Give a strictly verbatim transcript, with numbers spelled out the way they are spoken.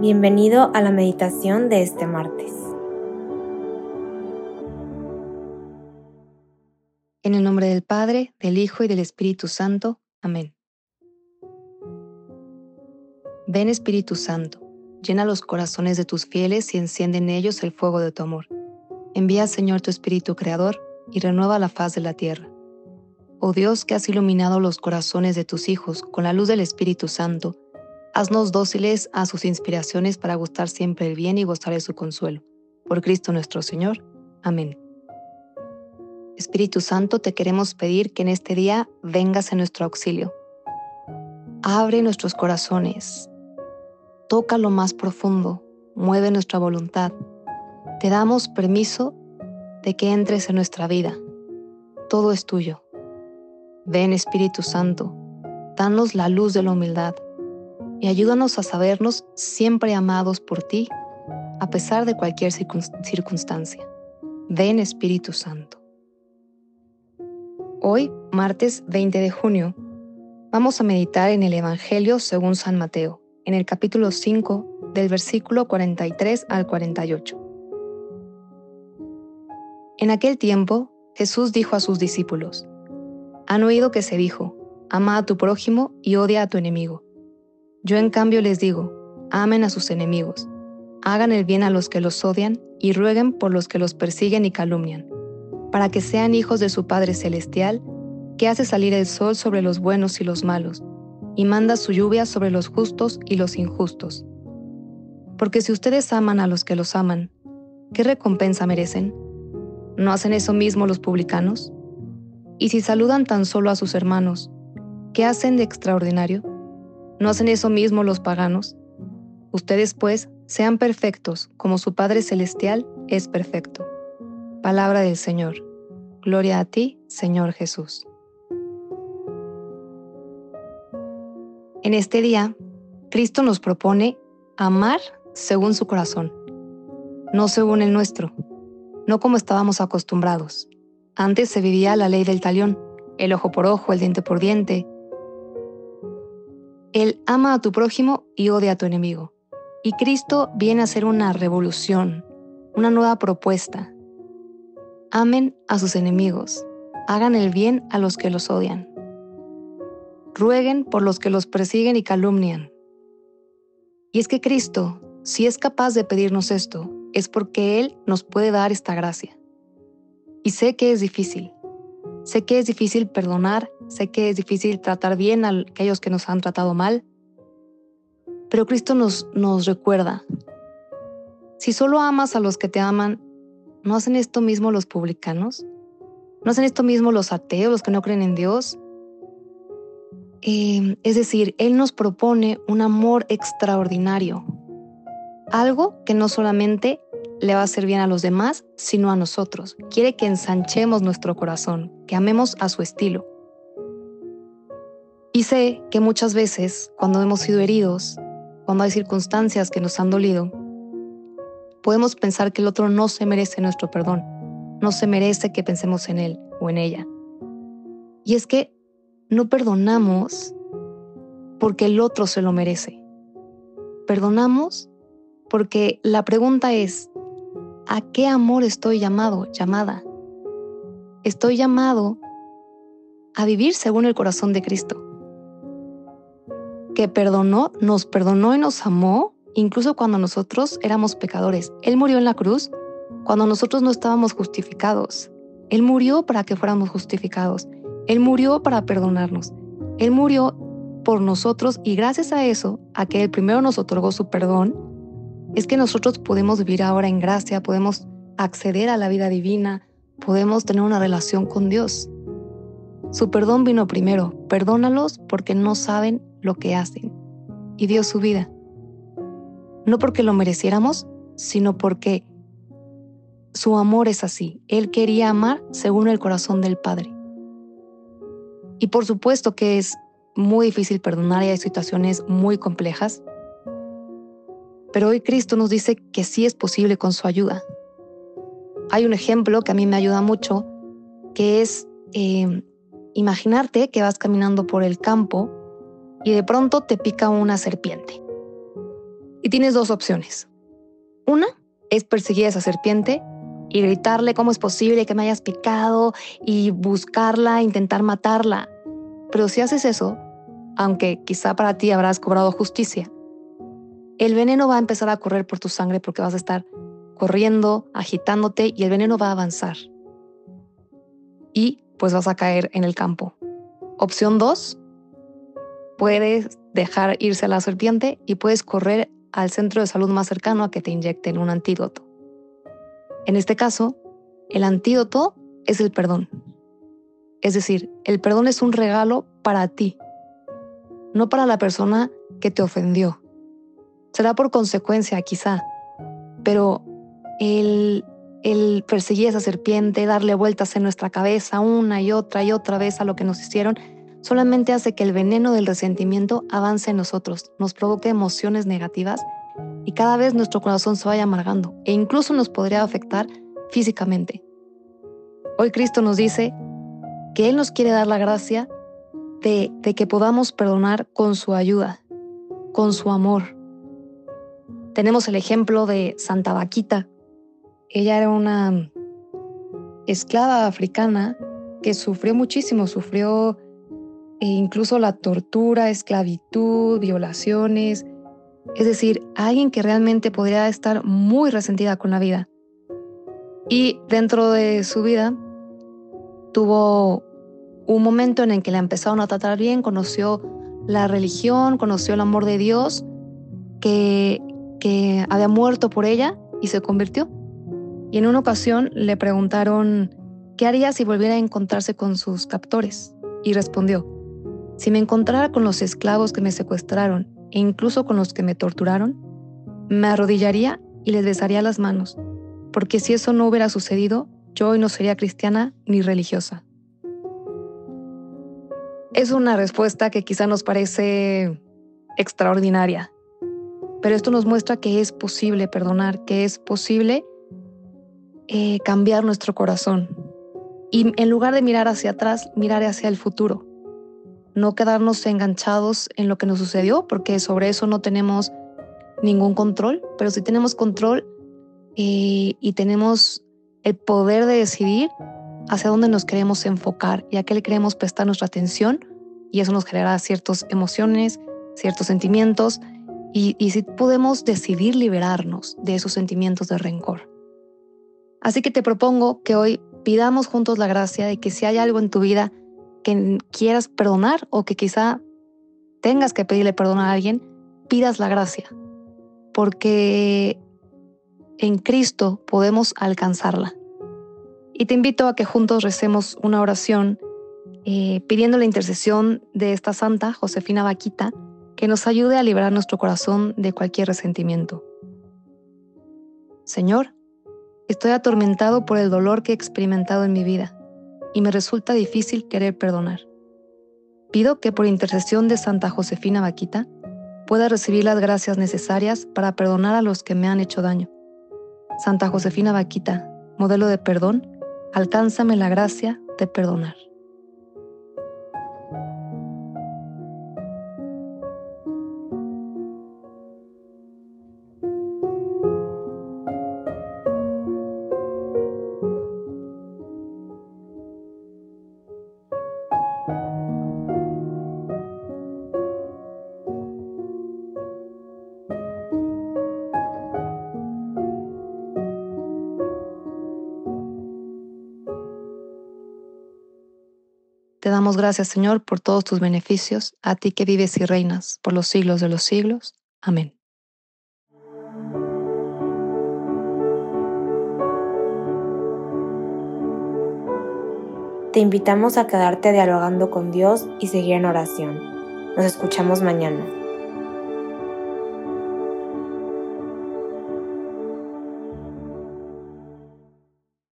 Bienvenido a la meditación de este martes. En el nombre del Padre, del Hijo y del Espíritu Santo. Amén. Ven, Espíritu Santo, llena los corazones de tus fieles y enciende en ellos el fuego de tu amor. Envía, Señor, tu Espíritu Creador y renueva la faz de la tierra. Oh Dios, que has iluminado los corazones de tus hijos con la luz del Espíritu Santo, haznos dóciles a sus inspiraciones para gustar siempre el bien y gozar de su consuelo. Por Cristo nuestro Señor. Amén. Espíritu Santo, te queremos pedir que en este día vengas en nuestro auxilio. Abre nuestros corazones, toca lo más profundo, mueve nuestra voluntad. Te damos permiso de que entres en nuestra vida. Todo es tuyo. Ven, Espíritu Santo, danos la luz de la humildad y ayúdanos a sabernos siempre amados por ti, a pesar de cualquier circunstancia. Ven, Espíritu Santo. Hoy, martes veinte de junio, vamos a meditar en el Evangelio según San Mateo, en el capítulo cinco, del versículo cuarenta y tres al cuarenta y ocho. En aquel tiempo, Jesús dijo a sus discípulos: Han oído que se dijo, ama a tu prójimo y odia a tu enemigo. Yo en cambio les digo, amen a sus enemigos, hagan el bien a los que los odian y rueguen por los que los persiguen y calumnian, para que sean hijos de su Padre Celestial, que hace salir el sol sobre los buenos y los malos, y manda su lluvia sobre los justos y los injustos. Porque si ustedes aman a los que los aman, ¿qué recompensa merecen? ¿No hacen eso mismo los publicanos? Y si saludan tan solo a sus hermanos, ¿qué hacen de extraordinario? ¿No hacen eso mismo los paganos? Ustedes, pues, sean perfectos, como su Padre Celestial es perfecto. Palabra del Señor. Gloria a ti, Señor Jesús. En este día, Cristo nos propone amar según su corazón, no según el nuestro, no como estábamos acostumbrados. Antes se vivía la ley del talión, el ojo por ojo, el diente por diente. Él ama a tu prójimo y odia a tu enemigo. Y Cristo viene a hacer una revolución, una nueva propuesta. Amen a sus enemigos, hagan el bien a los que los odian. Rueguen por los que los persiguen y calumnian. Y es que Cristo, si es capaz de pedirnos esto, es porque Él nos puede dar esta gracia. Y sé que es difícil. Sé que es difícil perdonar, sé que es difícil tratar bien a aquellos que nos han tratado mal. Pero Cristo nos, nos recuerda, si solo amas a los que te aman, ¿no hacen esto mismo los publicanos? ¿No hacen esto mismo los ateos, los que no creen en Dios? Eh, es decir, Él nos propone un amor extraordinario. Algo que no solamente le va a hacer bien a los demás, sino a nosotros. Quiere que ensanchemos nuestro corazón, que amemos a su estilo. Y sé que muchas veces, cuando hemos sido heridos, cuando hay circunstancias que nos han dolido, podemos pensar que el otro no se merece nuestro perdón, no se merece que pensemos en él o en ella. Y es que no perdonamos porque el otro se lo merece. Perdonamos porque la pregunta es, ¿a qué amor estoy llamado, llamada? Estoy llamado a vivir según el corazón de Cristo, que perdonó, nos perdonó y nos amó, incluso cuando nosotros éramos pecadores. Él murió en la cruz cuando nosotros no estábamos justificados. Él murió para que fuéramos justificados. Él murió para perdonarnos. Él murió por nosotros y gracias a eso, a que Él primero nos otorgó su perdón, es que nosotros podemos vivir ahora en gracia, podemos acceder a la vida divina, podemos tener una relación con Dios. Su perdón vino primero. Perdónalos porque no saben lo que hacen. Y dio su vida. No porque lo mereciéramos, sino porque su amor es así. Él quería amar según el corazón del Padre. Y por supuesto que es muy difícil perdonar y hay situaciones muy complejas. Pero hoy Cristo nos dice que sí es posible con su ayuda. Hay un ejemplo que a mí me ayuda mucho, que es eh, imaginarte que vas caminando por el campo y de pronto te pica una serpiente. Y tienes dos opciones. Una es perseguir a esa serpiente y gritarle cómo es posible que me hayas picado y buscarla, intentar matarla. Pero si haces eso, aunque quizá para ti habrás cobrado justicia, el veneno va a empezar a correr por tu sangre porque vas a estar corriendo, agitándote y el veneno va a avanzar. Y pues vas a caer en el campo. Opción dos, puedes dejar irse a la serpiente y puedes correr al centro de salud más cercano a que te inyecten un antídoto. En este caso, el antídoto es el perdón. Es decir, el perdón es un regalo para ti, no para la persona que te ofendió. Será por consecuencia, quizá, pero el, el perseguir a esa serpiente, darle vueltas en nuestra cabeza una y otra y otra vez a lo que nos hicieron, solamente hace que el veneno del resentimiento avance en nosotros, nos provoque emociones negativas y cada vez nuestro corazón se vaya amargando e incluso nos podría afectar físicamente. Hoy Cristo nos dice que Él nos quiere dar la gracia de, de que podamos perdonar con su ayuda, con su amor. Tenemos el ejemplo de Santa Vaquita. Ella era una esclava africana que sufrió muchísimo, sufrió e incluso la tortura, esclavitud, violaciones. Es decir, alguien que realmente podría estar muy resentida con la vida. Y dentro de su vida tuvo un momento en el que la empezaron a tratar bien, conoció la religión, conoció el amor de Dios, que, que había muerto por ella y se convirtió. Y en una ocasión le preguntaron qué haría si volviera a encontrarse con sus captores. Y respondió: si me encontrara con los esclavos que me secuestraron e incluso con los que me torturaron, me arrodillaría y les besaría las manos, porque si eso no hubiera sucedido, yo hoy no sería cristiana ni religiosa. Es una respuesta que quizá nos parece extraordinaria, pero esto nos muestra que es posible perdonar, que es posible eh, cambiar nuestro corazón y en lugar de mirar hacia atrás, mirar hacia el futuro. No quedarnos enganchados en lo que nos sucedió, porque sobre eso no tenemos ningún control, pero sí tenemos control eh, y tenemos el poder de decidir hacia dónde nos queremos enfocar y a qué le queremos prestar nuestra atención, y eso nos genera ciertas emociones, ciertos sentimientos, y, y sí podemos decidir liberarnos de esos sentimientos de rencor. Así que te propongo que hoy pidamos juntos la gracia de que si hay algo en tu vida que quieras perdonar o que quizá tengas que pedirle perdón a alguien, pidas la gracia, porque en Cristo podemos alcanzarla. Y te invito a que juntos recemos una oración eh, pidiendo la intercesión de esta santa, Josefina Vaquita, que nos ayude a liberar nuestro corazón de cualquier resentimiento. Señor, estoy atormentado por el dolor que he experimentado en mi vida y me resulta difícil querer perdonar. Pido que por intercesión de Santa Josefina Vaquita pueda recibir las gracias necesarias para perdonar a los que me han hecho daño. Santa Josefina Vaquita, modelo de perdón, alcánzame la gracia de perdonar. Te damos gracias, Señor, por todos tus beneficios, a ti que vives y reinas por los siglos de los siglos. Amén. Te invitamos a quedarte dialogando con Dios y seguir en oración. Nos escuchamos mañana.